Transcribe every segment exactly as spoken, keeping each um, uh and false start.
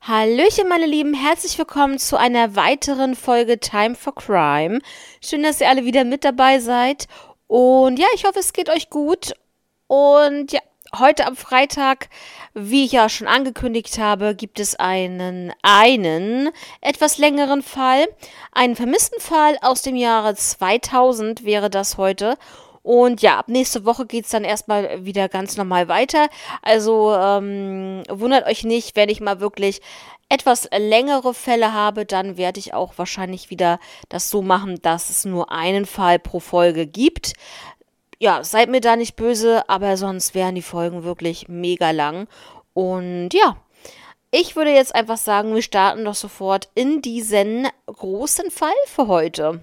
Hallöchen, meine Lieben, herzlich willkommen zu einer weiteren Folge Time for Crime. Schön, dass ihr alle wieder mit dabei seid. Und ja, ich hoffe, es geht euch gut. Und ja, heute am Freitag, wie ich ja schon angekündigt habe, gibt es einen, einen etwas längeren Fall. Einen vermissten Fall aus dem Jahre zweitausend wäre das heute. Und ja, ab nächste Woche geht es dann erstmal wieder ganz normal weiter. Also ähm, wundert euch nicht, wenn ich mal wirklich etwas längere Fälle habe, dann werde ich auch wahrscheinlich wieder das so machen, dass es nur einen Fall pro Folge gibt. Ja, seid mir da nicht böse, aber sonst wären die Folgen wirklich mega lang. Und ja, ich würde jetzt einfach sagen, wir starten doch sofort in diesen großen Fall für heute.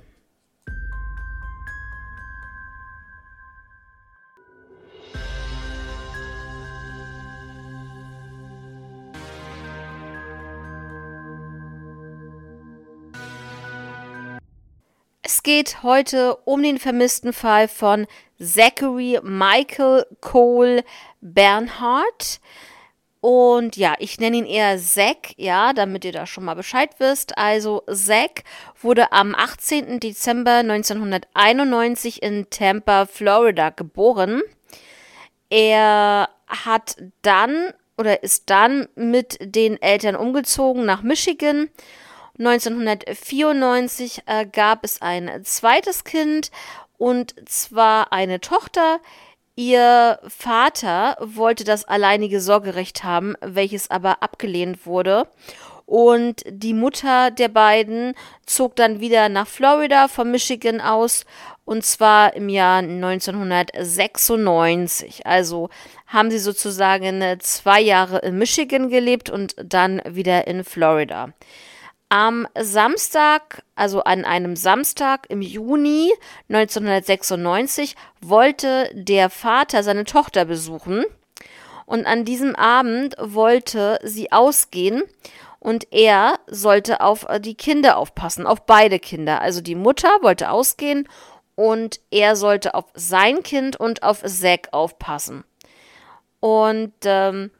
Es geht heute um den vermissten Fall von Zachary Michael Cole Bernhardt. Und ja, ich nenne ihn eher Zach, ja, damit ihr da schon mal Bescheid wisst. Also Zach wurde am achtzehnten Dezember neunzehnhunderteinundneunzig in Tampa, Florida geboren. Er hat dann oder ist dann mit den Eltern umgezogen nach Michigan. neunzehnhundertvierundneunzig äh, gab es ein zweites Kind, und zwar eine Tochter. Ihr Vater wollte das alleinige Sorgerecht haben, welches aber abgelehnt wurde. Und die Mutter der beiden zog dann wieder nach Florida von Michigan aus, und zwar im Jahr neunzehnhundertsechsundneunzig. Also haben sie sozusagen zwei Jahre in Michigan gelebt und dann wieder in Florida. Am Samstag, also an einem Samstag im Juni neunzehnhundertsechsundneunzig, wollte der Vater seine Tochter besuchen. Und an diesem Abend wollte sie ausgehen und er sollte auf die Kinder aufpassen, auf beide Kinder. Also die Mutter wollte ausgehen und er sollte auf sein Kind und auf Zack aufpassen. Und ähm,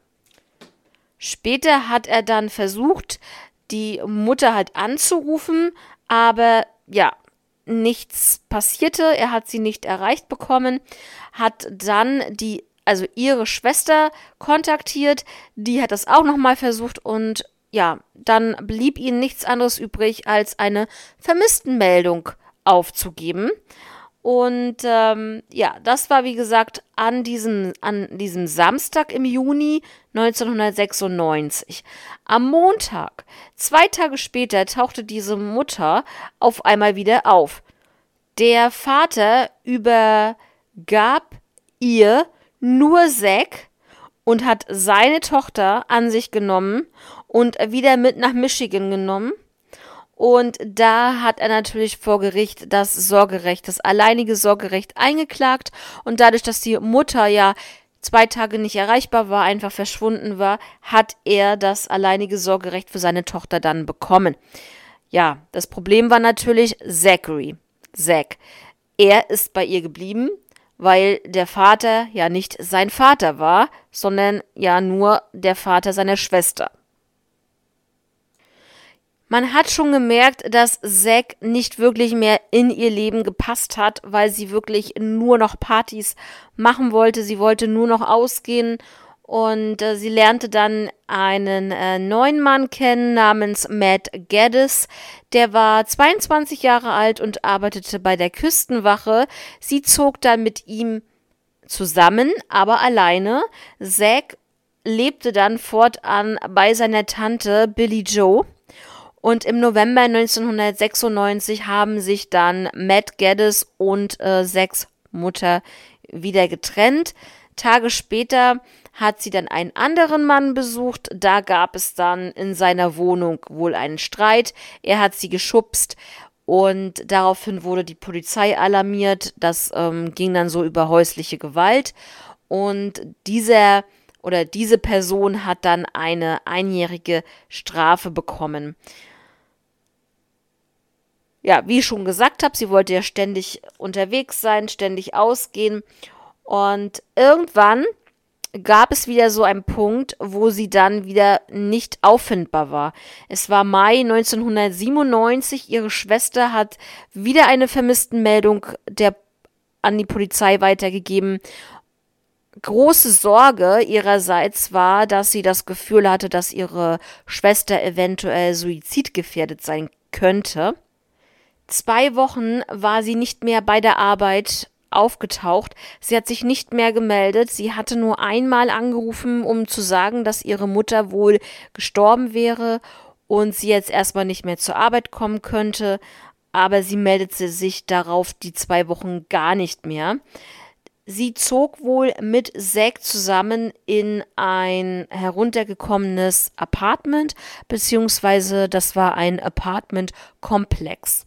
später hat er dann versucht, die Mutter halt anzurufen, aber ja, nichts passierte. Er hat sie nicht erreicht bekommen, hat dann die, also ihre Schwester kontaktiert, die hat das auch nochmal versucht, und ja, dann blieb ihnen nichts anderes übrig, als eine Vermisstenmeldung aufzugeben. Und ähm, ja, das war wie gesagt an diesem, an diesem Samstag im Juni neunzehnhundertsechsundneunzig. Am Montag, zwei Tage später, tauchte diese Mutter auf einmal wieder auf. Der Vater übergab ihr nur Zack und hat seine Tochter an sich genommen und wieder mit nach Michigan genommen. Und da hat er natürlich vor Gericht das Sorgerecht, das alleinige Sorgerecht eingeklagt. Und dadurch, dass die Mutter ja zwei Tage nicht erreichbar war, einfach verschwunden war, hat er das alleinige Sorgerecht für seine Tochter dann bekommen. Ja, das Problem war natürlich Zachary. Zach. Er ist bei ihr geblieben, weil der Vater ja nicht sein Vater war, sondern ja nur der Vater seiner Schwester. Man hat schon gemerkt, dass Zack nicht wirklich mehr in ihr Leben gepasst hat, weil sie wirklich nur noch Partys machen wollte. Sie wollte nur noch ausgehen, und äh, sie lernte dann einen äh, neuen Mann kennen namens Matt Geddes. Der war zweiundzwanzig Jahre alt und arbeitete bei der Küstenwache. Sie zog dann mit ihm zusammen, aber alleine. Zack lebte dann fortan bei seiner Tante Billie Joe. Und im November neunzehnhundertsechsundneunzig haben sich dann Matt Geddes und äh, Zacks Mutter wieder getrennt. Tage später hat sie dann einen anderen Mann besucht. Da gab es dann in seiner Wohnung wohl einen Streit. Er hat sie geschubst und daraufhin wurde die Polizei alarmiert. Das ähm, ging dann so über häusliche Gewalt. Und dieser oder diese Person hat dann eine einjährige Strafe bekommen. Ja, wie ich schon gesagt habe, sie wollte ja ständig unterwegs sein, ständig ausgehen. Und irgendwann gab es wieder so einen Punkt, wo sie dann wieder nicht auffindbar war. Es war Mai neunzehnhundertsiebenundneunzig, ihre Schwester hat wieder eine Vermisstenmeldung der, an die Polizei weitergegeben. Große Sorge ihrerseits war, dass sie das Gefühl hatte, dass ihre Schwester eventuell suizidgefährdet sein könnte. Zwei Wochen war sie nicht mehr bei der Arbeit aufgetaucht. Sie hat sich nicht mehr gemeldet. Sie hatte nur einmal angerufen, um zu sagen, dass ihre Mutter wohl gestorben wäre und sie jetzt erstmal nicht mehr zur Arbeit kommen könnte. Aber sie meldete sich darauf die zwei Wochen gar nicht mehr. Sie zog wohl mit Zack zusammen in ein heruntergekommenes Apartment, beziehungsweise das war ein Apartmentkomplex.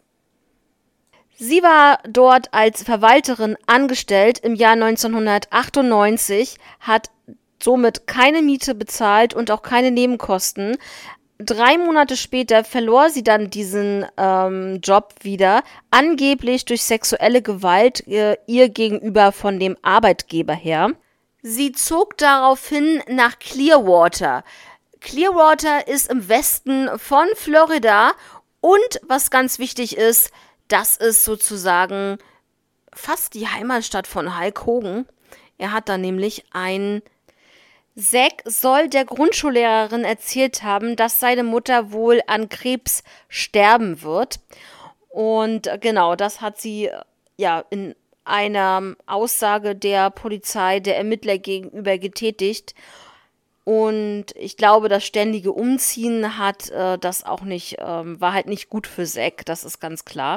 Sie war dort als Verwalterin angestellt im Jahr neunzehnhundertachtundneunzig, hat somit keine Miete bezahlt und auch keine Nebenkosten. Drei Monate später verlor sie dann diesen ähm, Job wieder, angeblich durch sexuelle Gewalt äh, ihr gegenüber von dem Arbeitgeber her. Sie zog daraufhin nach Clearwater. Clearwater ist im Westen von Florida und, was ganz wichtig ist, das ist sozusagen fast die Heimatstadt von Hulk Hogan. Er hat da nämlich ein... Zack soll der Grundschullehrerin erzählt haben, dass seine Mutter wohl an Krebs sterben wird. Und genau, das hat sie ja in einer Aussage der Polizei, der Ermittler gegenüber getätigt. Und ich glaube, das ständige Umziehen hat äh, das auch nicht, ähm, war halt nicht gut für Zack, das ist ganz klar.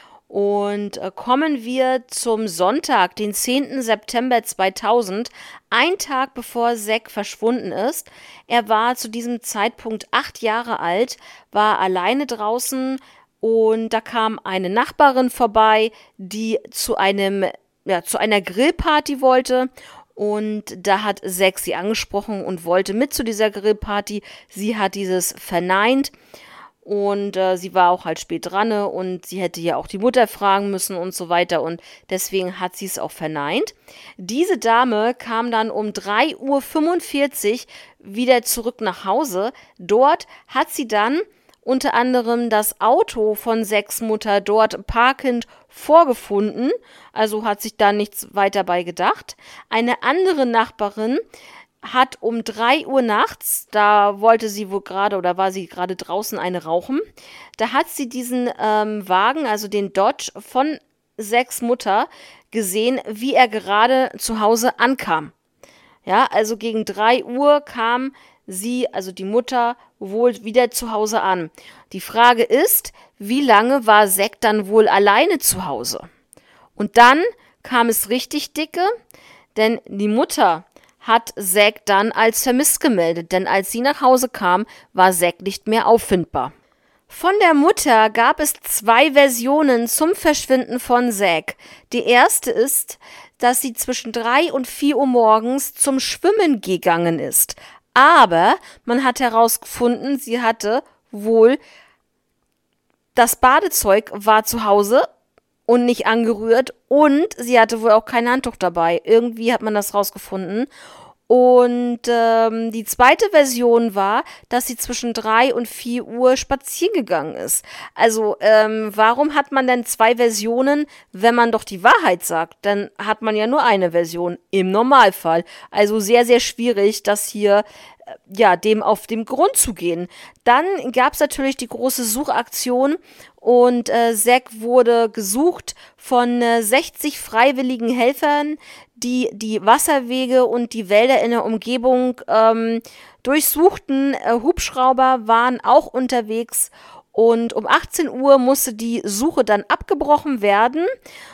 Und äh, kommen wir zum Sonntag, den zehnten September zweitausend, ein Tag bevor Zack verschwunden ist. Er war zu diesem Zeitpunkt acht Jahre alt, war alleine draußen und da kam eine Nachbarin vorbei, die zu einem, ja, zu einer Grillparty wollte. Und da hat Zack sie angesprochen und wollte mit zu dieser Grillparty. Sie hat dieses verneint. Und äh, sie war auch halt spät dran und sie hätte ja auch die Mutter fragen müssen und so weiter. Und deswegen hat sie es auch verneint. Diese Dame kam dann um drei Uhr fünfundvierzig wieder zurück nach Hause. Dort hat sie dann unter anderem das Auto von Zacks Mutter dort parkend vorgefunden. Also hat sich da nichts weiter bei gedacht. Eine andere Nachbarin hat um drei Uhr nachts, da wollte sie wohl gerade oder war sie gerade draußen eine rauchen, da hat sie diesen ähm, Wagen, also den Dodge von Zacks Mutter gesehen, wie er gerade zu Hause ankam. Ja, also gegen drei Uhr kam sie, also die Mutter, wohl wieder zu Hause an. Die Frage ist, wie lange war Zack dann wohl alleine zu Hause? Und dann kam es richtig dicke, denn die Mutter hat Zack dann als vermisst gemeldet, denn als sie nach Hause kam, war Zack nicht mehr auffindbar. Von der Mutter gab es zwei Versionen zum Verschwinden von Zack. Die erste ist, dass sie zwischen drei und vier Uhr morgens zum Schwimmen gegangen ist. Aber man hat herausgefunden, sie hatte wohl, das Badezeug war zu Hause und nicht angerührt und sie hatte wohl auch kein Handtuch dabei. Irgendwie hat man das rausgefunden. Und ähm, die zweite Version war, dass sie zwischen drei und vier Uhr spazieren gegangen ist. Also ähm, warum hat man denn zwei Versionen, wenn man doch die Wahrheit sagt? Dann hat man ja nur eine Version im Normalfall. Also sehr, sehr schwierig, das hier äh, ja dem auf den Grund zu gehen. Dann gab es natürlich die große Suchaktion und äh, Zack wurde gesucht von äh, sechzig freiwilligen Helfern, die die Wasserwege und die Wälder in der Umgebung ähm, durchsuchten. Äh, Hubschrauber waren auch unterwegs und um achtzehn Uhr musste die Suche dann abgebrochen werden.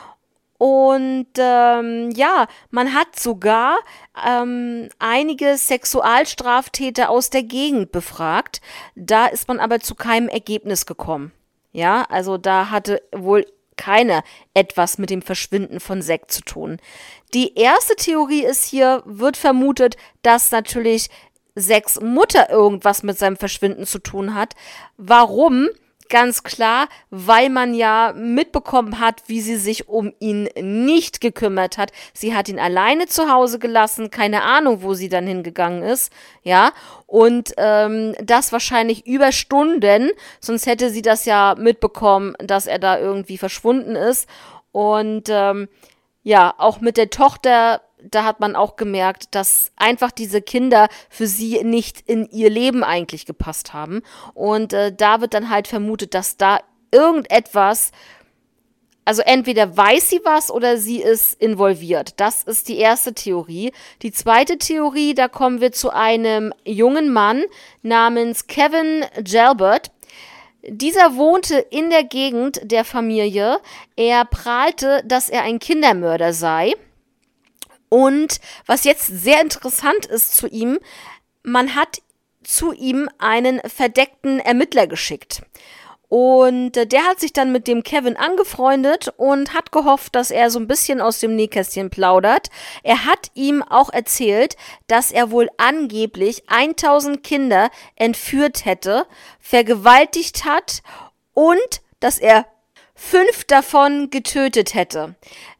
Und ähm, ja, man hat sogar ähm, einige Sexualstraftäter aus der Gegend befragt. Da ist man aber zu keinem Ergebnis gekommen. Ja, also da hatte wohl keiner etwas mit dem Verschwinden von Zack zu tun. Die erste Theorie ist hier, wird vermutet, dass natürlich Zacks Mutter irgendwas mit seinem Verschwinden zu tun hat. Warum? Ganz klar, weil man ja mitbekommen hat, wie sie sich um ihn nicht gekümmert hat. Sie hat ihn alleine zu Hause gelassen, keine Ahnung, wo sie dann hingegangen ist, ja. Und ähm, das wahrscheinlich über Stunden, sonst hätte sie das ja mitbekommen, dass er da irgendwie verschwunden ist. Und ähm, ja, auch mit der Tochter, da hat man auch gemerkt, dass einfach diese Kinder für sie nicht in ihr Leben eigentlich gepasst haben. Und äh, da wird dann halt vermutet, dass da irgendetwas, also entweder weiß sie was oder sie ist involviert. Das ist die erste Theorie. Die zweite Theorie, da kommen wir zu einem jungen Mann namens Kevin Jalbert. Dieser wohnte in der Gegend der Familie. Er prahlte, dass er ein Kindermörder sei. Und was jetzt sehr interessant ist zu ihm, man hat zu ihm einen verdeckten Ermittler geschickt. Und der hat sich dann mit dem Kevin angefreundet und hat gehofft, dass er so ein bisschen aus dem Nähkästchen plaudert. Er hat ihm auch erzählt, dass er wohl angeblich tausend Kinder entführt hätte, vergewaltigt hat und dass er fünf davon getötet hätte.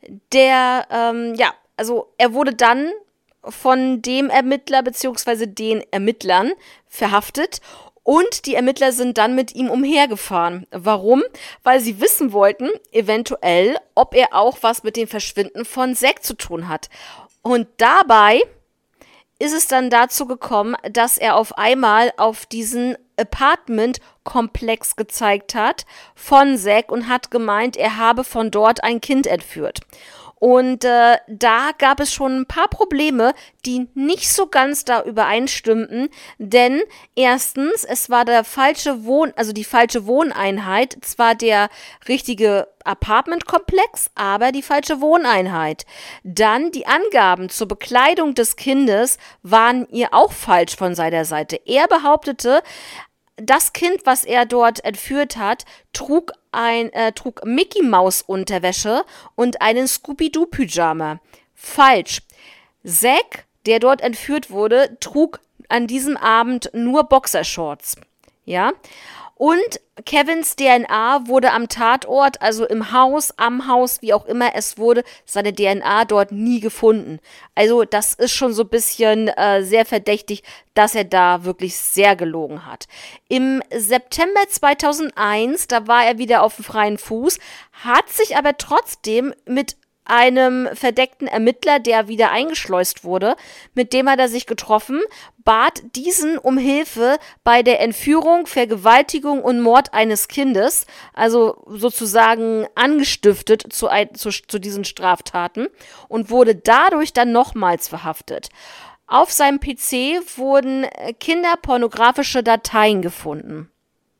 Der, ähm, ja, also er wurde dann von dem Ermittler bzw. den Ermittlern verhaftet und die Ermittler sind dann mit ihm umhergefahren. Warum? Weil sie wissen wollten, eventuell, ob er auch was mit dem Verschwinden von Zack zu tun hat. Und dabei ist es dann dazu gekommen, dass er auf einmal auf diesen Apartment-Komplex gezeigt hat von Zack und hat gemeint, er habe von dort ein Kind entführt. Und äh, da gab es schon ein paar Probleme, die nicht so ganz da übereinstimmten, denn erstens, es war der falsche Wohn, also die falsche Wohneinheit, zwar der richtige Apartmentkomplex, aber die falsche Wohneinheit. Dann die Angaben zur Bekleidung des Kindes waren ihr auch falsch von seiner Seite. Er behauptete, das Kind, was er dort entführt hat, trug ein äh, trug Mickey Maus Unterwäsche und einen Scooby-Doo Pyjama. Falsch. Zack, der dort entführt wurde, trug an diesem Abend nur Boxershorts. Ja? Und Kevins D N A wurde am Tatort, also im Haus, am Haus, wie auch immer, es wurde seine D N A dort nie gefunden. Also das ist schon so ein bisschen äh, sehr verdächtig, dass er da wirklich sehr gelogen hat. Im September zweitausendeins, da war er wieder auf dem freien Fuß, hat sich aber trotzdem mit einem verdeckten Ermittler, der wieder eingeschleust wurde, mit dem hat er sich getroffen, bat diesen um Hilfe bei der Entführung, Vergewaltigung und Mord eines Kindes, also sozusagen angestiftet zu, zu, zu diesen Straftaten und wurde dadurch dann nochmals verhaftet. Auf seinem P C wurden kinderpornografische Dateien gefunden.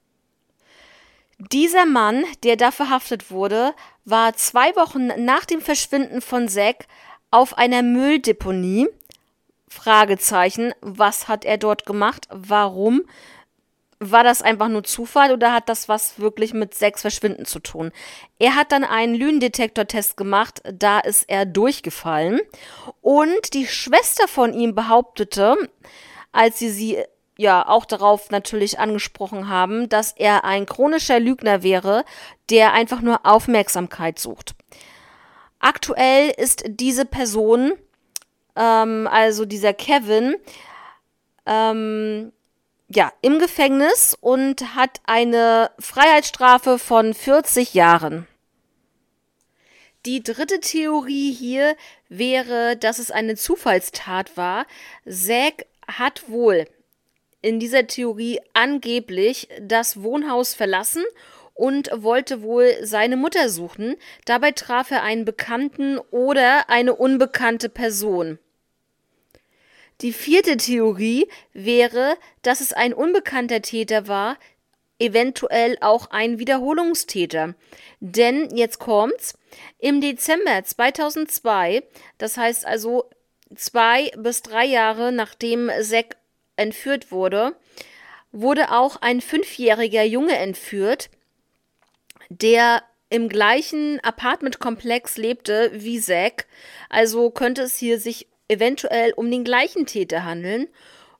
Dieser Mann, der da verhaftet wurde, war zwei Wochen nach dem Verschwinden von Zack auf einer Mülldeponie. Fragezeichen, was hat er dort gemacht? Warum? War das einfach nur Zufall oder hat das was wirklich mit Zacks Verschwinden zu tun? Er hat dann einen Lügendetektortest gemacht, da ist er durchgefallen. Und die Schwester von ihm behauptete, als sie sie ja auch darauf natürlich angesprochen haben, dass er ein chronischer Lügner wäre, der einfach nur Aufmerksamkeit sucht. Aktuell ist diese Person, ähm, also dieser Kevin, ähm, ja, im Gefängnis und hat eine Freiheitsstrafe von vierzig Jahren. Die dritte Theorie hier wäre, dass es eine Zufallstat war. Zack hat wohl in dieser Theorie angeblich das Wohnhaus verlassen und wollte wohl seine Mutter suchen. Dabei traf er einen Bekannten oder eine unbekannte Person. Die vierte Theorie wäre, dass es ein unbekannter Täter war, eventuell auch ein Wiederholungstäter. Denn, jetzt kommt's, im Dezember zweitausendzwei, das heißt also zwei bis drei Jahre nachdem Zack entführt wurde, wurde auch ein fünfjähriger Junge entführt, der im gleichen Apartmentkomplex lebte wie Zack. Also könnte es hier sich eventuell um den gleichen Täter handeln.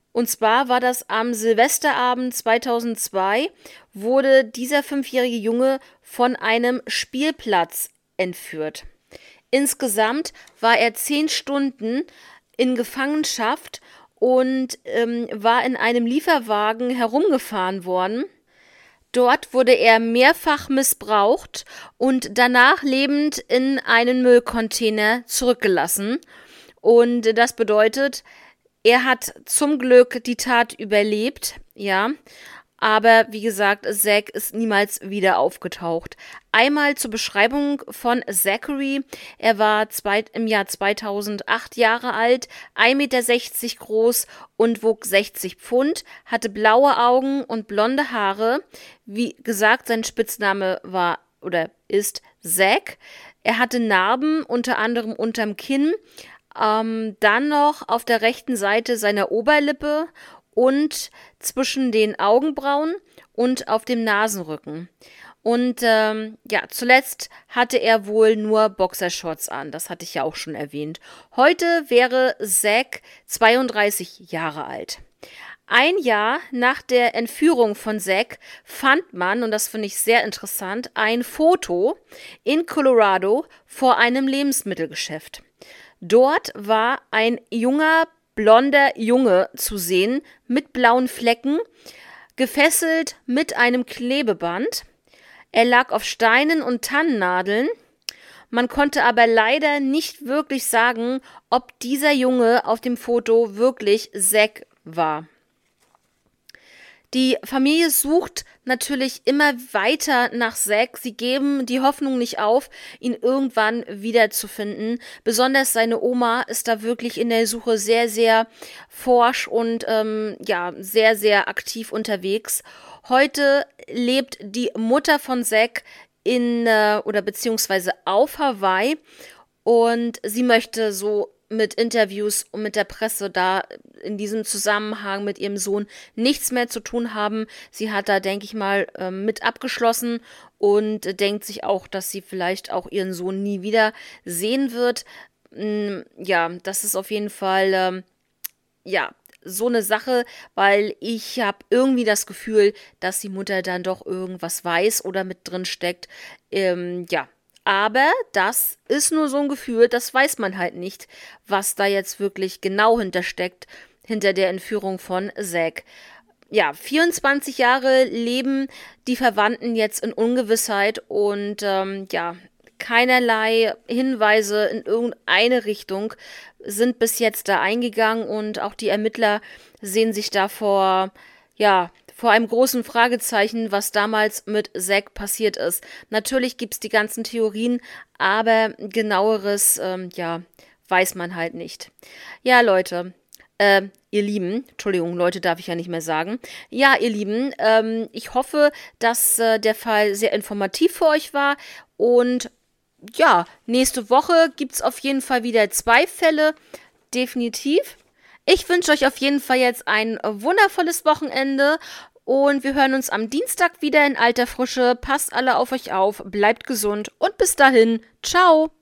Und zwar war das am Silvesterabend zweitausendzwei, wurde dieser fünfjährige Junge von einem Spielplatz entführt. Insgesamt war er zehn Stunden in Gefangenschaft und ähm, war in einem Lieferwagen herumgefahren worden. Dort wurde er mehrfach missbraucht und danach lebend in einen Müllcontainer zurückgelassen. Und das bedeutet, er hat zum Glück die Tat überlebt, ja. Aber wie gesagt, Zack ist niemals wieder aufgetaucht. Einmal zur Beschreibung von Zachary. Er war zwei, im Jahr zweitausendacht Jahre alt, ein Meter sechzig groß und wog sechzig Pfund, hatte blaue Augen und blonde Haare. Wie gesagt, sein Spitzname war oder ist Zack. Er hatte Narben, unter anderem unterm Kinn, ähm, dann noch auf der rechten Seite seiner Oberlippe und zwischen den Augenbrauen und auf dem Nasenrücken. Und ähm, ja, zuletzt hatte er wohl nur Boxershorts an. Das hatte ich ja auch schon erwähnt. Heute wäre Zack zweiunddreißig Jahre alt. Ein Jahr nach der Entführung von Zack fand man, und das finde ich sehr interessant, ein Foto in Colorado vor einem Lebensmittelgeschäft. Dort war ein junger blonder Junge zu sehen, mit blauen Flecken, gefesselt mit einem Klebeband. Er lag auf Steinen und Tannennadeln. Man konnte aber leider nicht wirklich sagen, ob dieser Junge auf dem Foto wirklich Zack war. Die Familie sucht natürlich immer weiter nach Zack. Sie geben die Hoffnung nicht auf, ihn irgendwann wiederzufinden. Besonders seine Oma ist da wirklich in der Suche sehr, sehr forsch und ähm, ja, sehr, sehr aktiv unterwegs. Heute lebt die Mutter von Zack in äh, oder beziehungsweise auf Hawaii und sie möchte so mit Interviews und mit der Presse da in diesem Zusammenhang mit ihrem Sohn nichts mehr zu tun haben. Sie hat da, denke ich mal, mit abgeschlossen und denkt sich auch, dass sie vielleicht auch ihren Sohn nie wieder sehen wird. Ja, das ist auf jeden Fall, ähm, ja, so eine Sache, weil ich habe irgendwie das Gefühl, dass die Mutter dann doch irgendwas weiß oder mit drin steckt. Ähm, ja, aber das ist nur so ein Gefühl, das weiß man halt nicht, was da jetzt wirklich genau hintersteckt, hinter der Entführung von Zack. Ja, vierundzwanzig Jahre leben die Verwandten jetzt in Ungewissheit und ähm, ja, keinerlei Hinweise in irgendeine Richtung sind bis jetzt da eingegangen und auch die Ermittler sehen sich da vor, ja, vor einem großen Fragezeichen, was damals mit Zack passiert ist. Natürlich gibt es die ganzen Theorien, aber genaueres, ähm, ja, weiß man halt nicht. Ja, Leute, äh, ihr Lieben, Entschuldigung, Leute darf ich ja nicht mehr sagen. Ja, ihr Lieben, ähm, ich hoffe, dass äh, der Fall sehr informativ für euch war und ja, nächste Woche gibt es auf jeden Fall wieder zwei Fälle, definitiv. Ich wünsche euch auf jeden Fall jetzt ein wundervolles Wochenende und wir hören uns am Dienstag wieder in alter Frische. Passt alle auf euch auf, bleibt gesund und bis dahin, ciao!